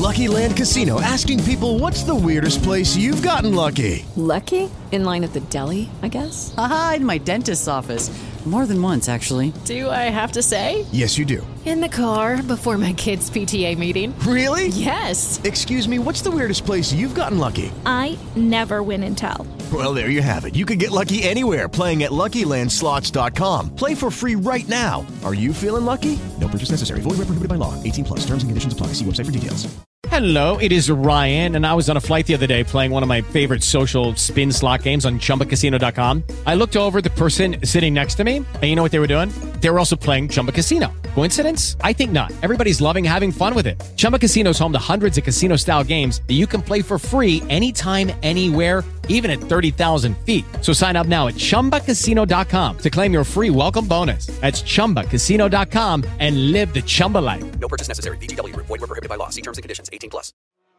Lucky Land Casino, asking people, what's the weirdest place you've gotten lucky? Lucky? In line at the deli, I guess? Aha, in my dentist's office. More than once, actually. Do I have to say? Yes, you do. In the car before my kids' PTA meeting. Really? Yes. Excuse me, what's the weirdest place you've gotten lucky? I never win and tell. Well, there you have it. You can get lucky anywhere, playing at LuckyLandSlots.com. Play for free right now. Are you feeling lucky? No purchase necessary. Void where prohibited by law. 18 plus. Terms and conditions apply. See website for details. Hello, it is Ryan, and I was on a flight the other day playing one of my favorite social spin slot games on ChumbaCasino.com. I looked over at the person sitting next to me, and you know what they were doing? They were also playing Chumba Casino. Coincidence? I think not. Everybody's loving having fun with it. Chumba Casino is home to hundreds of casino-style games that you can play for free anytime, anywhere, even at 30,000 feet. So sign up now at ChumbaCasino.com to claim your free welcome bonus. That's ChumbaCasino.com and live the Chumba life. No purchase necessary. VGW. Void where prohibited by law. See terms and conditions. 18 plus.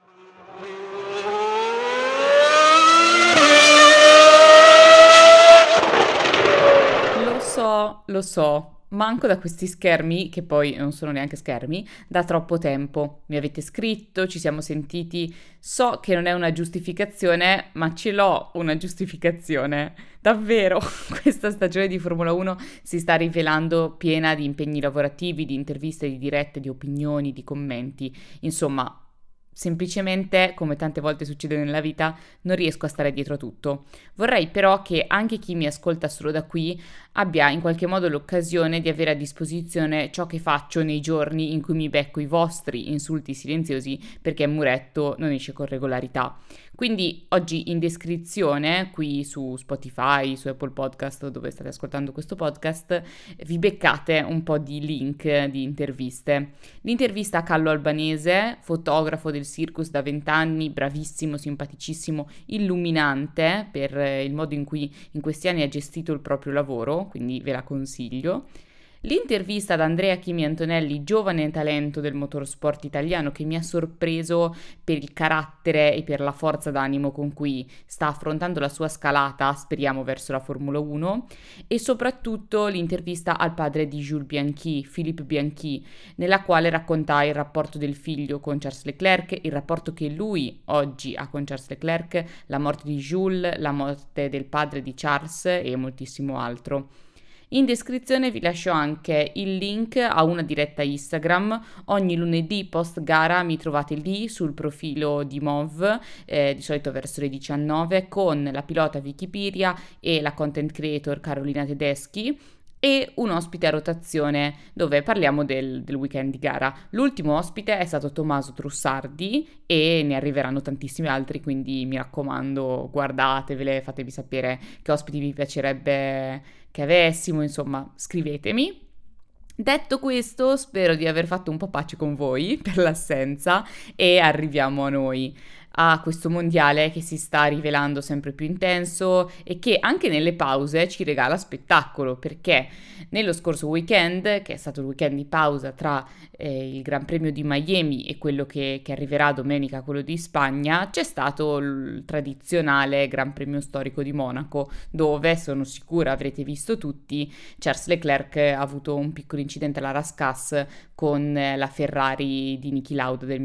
Lo so, manco da questi schermi, che poi non sono neanche schermi, da troppo tempo. Mi avete scritto, ci siamo sentiti, so che non è una giustificazione, ma ce l'ho una giustificazione. Davvero, questa stagione di Formula 1 si sta rivelando piena di impegni lavorativi, di interviste, di dirette, di opinioni, di commenti, insomma. Semplicemente, come tante volte succede nella vita, non riesco a stare dietro a tutto. Vorrei però che anche chi mi ascolta solo da qui abbia in qualche modo l'occasione di avere a disposizione ciò che faccio nei giorni in cui mi becco i vostri insulti silenziosi perché Muretto non esce con regolarità. Quindi oggi in descrizione, qui su Spotify, su Apple Podcast, dove state ascoltando questo podcast, vi beccate un po' di link di interviste. L'intervista a Callo Albanese, fotografo del Circus da 20 anni, bravissimo, simpaticissimo, illuminante per il modo in cui in questi anni ha gestito il proprio lavoro, quindi ve la consiglio. L'intervista ad Andrea Chimi Antonelli, giovane talento del motorsport italiano che mi ha sorpreso per il carattere e per la forza d'animo con cui sta affrontando la sua scalata, speriamo, verso la Formula 1, e soprattutto l'intervista al padre di Jules Bianchi, Philippe Bianchi, nella quale racconta il rapporto del figlio con Charles Leclerc, il rapporto che lui oggi ha con Charles Leclerc, la morte di Jules, la morte del padre di Charles e moltissimo altro. In descrizione vi lascio anche il link a una diretta Instagram. Ogni lunedì post gara mi trovate lì sul profilo di MOV, di solito verso le 19, con la pilota Vicky Piria e la content creator Carolina Tedeschi, e un ospite a rotazione dove parliamo del weekend di gara. L'ultimo ospite è stato Tommaso Trussardi e ne arriveranno tantissimi altri, quindi mi raccomando, guardatevele, fatemi sapere che ospiti vi piacerebbe che avessimo, insomma, scrivetemi. Detto questo, spero di aver fatto un po' pace con voi per l'assenza e arriviamo a noi, a questo mondiale che si sta rivelando sempre più intenso e che anche nelle pause ci regala spettacolo, perché nello scorso weekend, che è stato il weekend di pausa tra il Gran Premio di Miami e quello che arriverà domenica, quello di Spagna, c'è stato il tradizionale Gran Premio storico di Monaco, dove, sono sicura avrete visto tutti, Charles Leclerc ha avuto un piccolo incidente alla Rascasse con la Ferrari di Niki Lauda del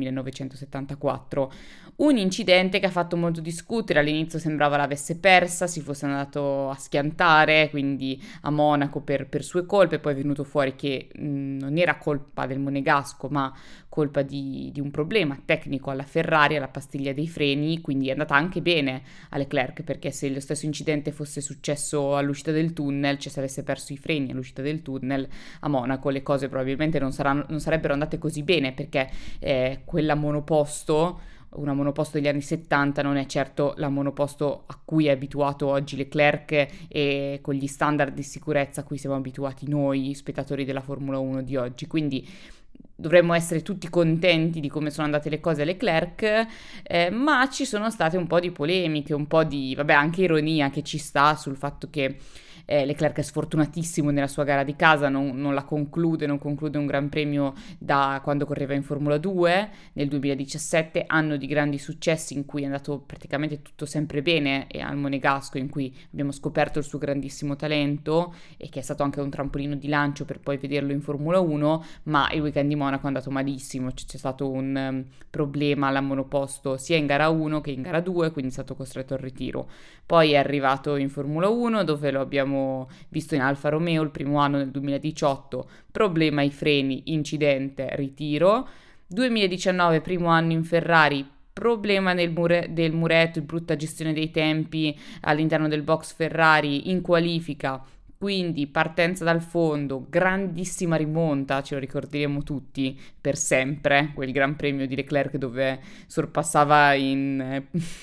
1974. Un incidente che ha fatto molto discutere. All'inizio sembrava l'avesse persa, si fosse andato a schiantare, quindi a Monaco per sue colpe. Poi è venuto fuori che non era colpa del monegasco, ma colpa di un problema tecnico alla Ferrari, alla pastiglia dei freni, quindi è andata anche bene a Leclerc, perché se lo stesso incidente fosse successo all'uscita del tunnel, cioè se avesse perso i freni all'uscita del tunnel a Monaco, le cose probabilmente non sarebbero andate così bene, perché quella monoposto, una monoposto degli anni 70, non è certo la monoposto a cui è abituato oggi Leclerc e con gli standard di sicurezza a cui siamo abituati noi spettatori della Formula 1 di oggi, quindi dovremmo essere tutti contenti di come sono andate le cose a Leclerc, ma ci sono state un po' di polemiche, un po' di, anche ironia che ci sta sul fatto che Leclerc è sfortunatissimo nella sua gara di casa, non la conclude, non conclude un Gran Premio da quando correva in Formula 2 nel 2017, anno di grandi successi in cui è andato praticamente tutto sempre bene, e al Monegasco in cui abbiamo scoperto il suo grandissimo talento e che è stato anche un trampolino di lancio per poi vederlo in Formula 1, ma il weekend di Monaco è andato malissimo, c'è stato un problema alla monoposto sia in gara 1 che in gara 2, quindi è stato costretto al ritiro. Poi è arrivato in Formula 1 dove lo abbiamo visto in Alfa Romeo il primo anno nel 2018, problema ai freni, incidente, ritiro. 2019 primo anno in Ferrari, problema del muretto, brutta gestione dei tempi all'interno del box Ferrari in qualifica, quindi partenza dal fondo, grandissima rimonta, ce lo ricorderemo tutti per sempre, quel Gran Premio di Leclerc dove sorpassava in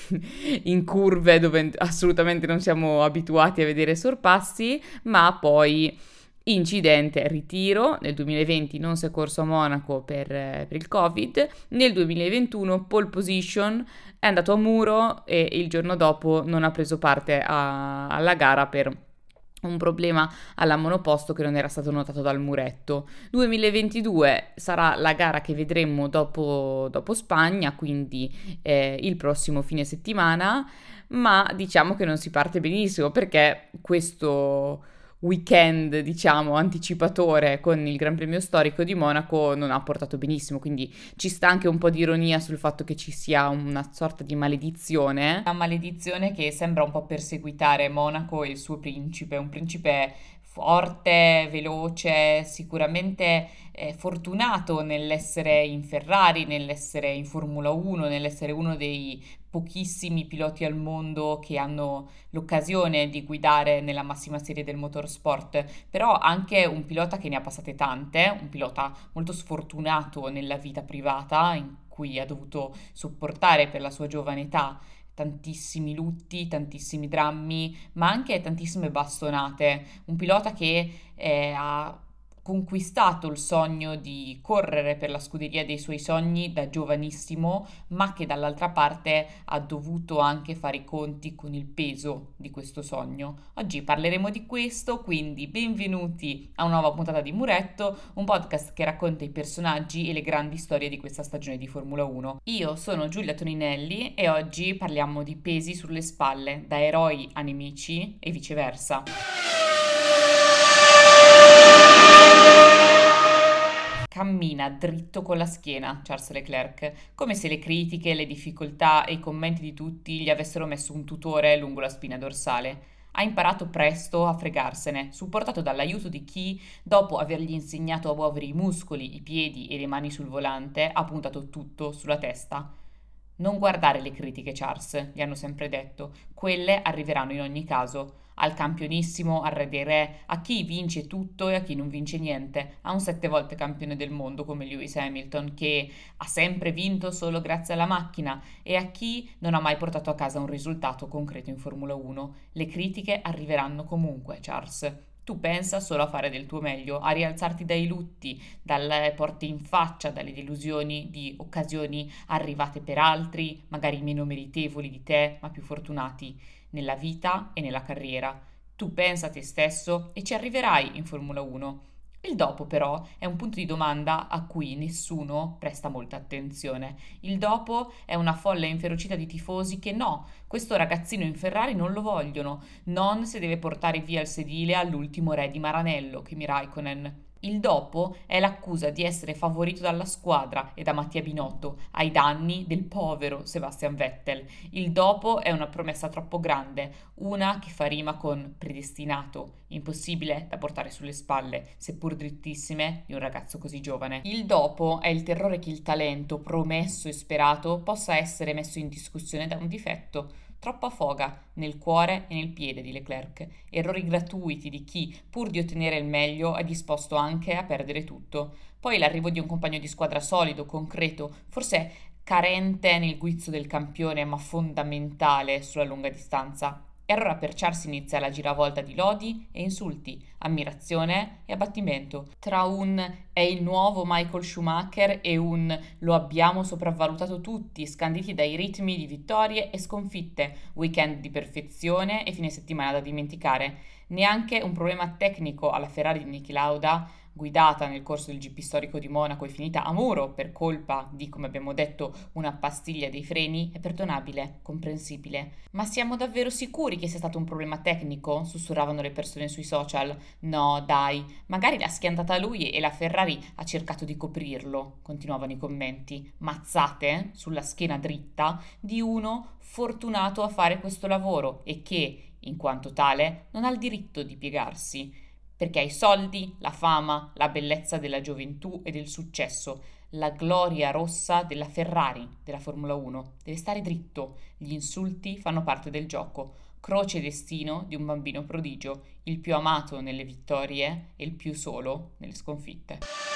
curve dove assolutamente non siamo abituati a vedere sorpassi, ma poi incidente, ritiro. Nel 2020 non si è corso a Monaco per il Covid, nel 2021 pole position, è andato a muro e il giorno dopo non ha preso parte alla gara per un problema alla monoposto che non era stato notato dal muretto. 2022 sarà la gara che vedremo dopo Spagna, quindi il prossimo fine settimana, ma diciamo che non si parte benissimo perché questo weekend, diciamo, anticipatore con il Gran Premio storico di Monaco non ha portato benissimo, quindi ci sta anche un po' di ironia sul fatto che ci sia una sorta di maledizione. Una maledizione che sembra un po' perseguitare Monaco e il suo principe, un principe forte, veloce, sicuramente fortunato nell'essere in Ferrari, nell'essere in Formula 1, nell'essere uno dei pochissimi piloti al mondo che hanno l'occasione di guidare nella massima serie del motorsport, però anche un pilota che ne ha passate tante, un pilota molto sfortunato nella vita privata in cui ha dovuto sopportare per la sua giovane età tantissimi lutti, tantissimi drammi, ma anche tantissime bastonate. Un pilota che ha conquistato il sogno di correre per la scuderia dei suoi sogni da giovanissimo, ma che dall'altra parte ha dovuto anche fare i conti con il peso di questo sogno. Oggi parleremo di questo, quindi benvenuti a una nuova puntata di Muretto, un podcast che racconta i personaggi e le grandi storie di questa stagione di Formula 1. Io sono Giulia Toninelli e oggi parliamo di pesi sulle spalle, da eroi a nemici e viceversa. Cammina dritto con la schiena, Charles Leclerc, come se le critiche, le difficoltà e i commenti di tutti gli avessero messo un tutore lungo la spina dorsale. Ha imparato presto a fregarsene, supportato dall'aiuto di chi, dopo avergli insegnato a muovere i muscoli, i piedi e le mani sul volante, ha puntato tutto sulla testa. Non guardare le critiche, Charles, gli hanno sempre detto, quelle arriveranno in ogni caso. Al campionissimo, al re dei re, a chi vince tutto e a chi non vince niente, a un 7 volte campione del mondo come Lewis Hamilton, che ha sempre vinto solo grazie alla macchina, e a chi non ha mai portato a casa un risultato concreto in Formula 1. Le critiche arriveranno comunque, Charles. Tu pensa solo a fare del tuo meglio, a rialzarti dai lutti, dalle porte in faccia, dalle delusioni di occasioni arrivate per altri, magari meno meritevoli di te, ma più fortunati nella vita e nella carriera. Tu pensa a te stesso e ci arriverai in Formula 1. Il dopo però è un punto di domanda a cui nessuno presta molta attenzione. Il dopo è una folla inferocita di tifosi che no, questo ragazzino in Ferrari non lo vogliono, non se deve portare via il sedile all'ultimo re di Maranello, Kimi Raikkonen. Il dopo è l'accusa di essere favorito dalla squadra e da Mattia Binotto ai danni del povero Sebastian Vettel. Il dopo è una promessa troppo grande, una che fa rima con predestinato, impossibile da portare sulle spalle, seppur drittissime, di un ragazzo così giovane. Il dopo è il terrore che il talento promesso e sperato possa essere messo in discussione da un difetto. Troppa foga nel cuore e nel piede di Leclerc, errori gratuiti di chi, pur di ottenere il meglio, è disposto anche a perdere tutto. Poi l'arrivo di un compagno di squadra solido, concreto, forse carente nel guizzo del campione, ma fondamentale sulla lunga distanza. E allora per Charles inizia la giravolta di lodi e insulti, ammirazione e abbattimento, tra un è il nuovo Michael Schumacher e un lo abbiamo sopravvalutato tutti, scanditi dai ritmi di vittorie e sconfitte, weekend di perfezione e fine settimana da dimenticare. Neanche un problema tecnico alla Ferrari di Niki Lauda, guidata nel corso del GP storico di Monaco e finita a muro per colpa di, come abbiamo detto, una pastiglia dei freni, è perdonabile, comprensibile. Ma siamo davvero sicuri che sia stato un problema tecnico? Sussurravano le persone sui social. No, dai, magari l'ha schiantata lui e la Ferrari ha cercato di coprirlo, continuavano i commenti. Mazzate sulla schiena dritta di uno fortunato a fare questo lavoro e che, in quanto tale, non ha il diritto di piegarsi. Perché ha i soldi, la fama, la bellezza della gioventù e del successo, la gloria rossa della Ferrari, della Formula 1. Deve stare dritto, gli insulti fanno parte del gioco. Croce e destino di un bambino prodigio, il più amato nelle vittorie e il più solo nelle sconfitte.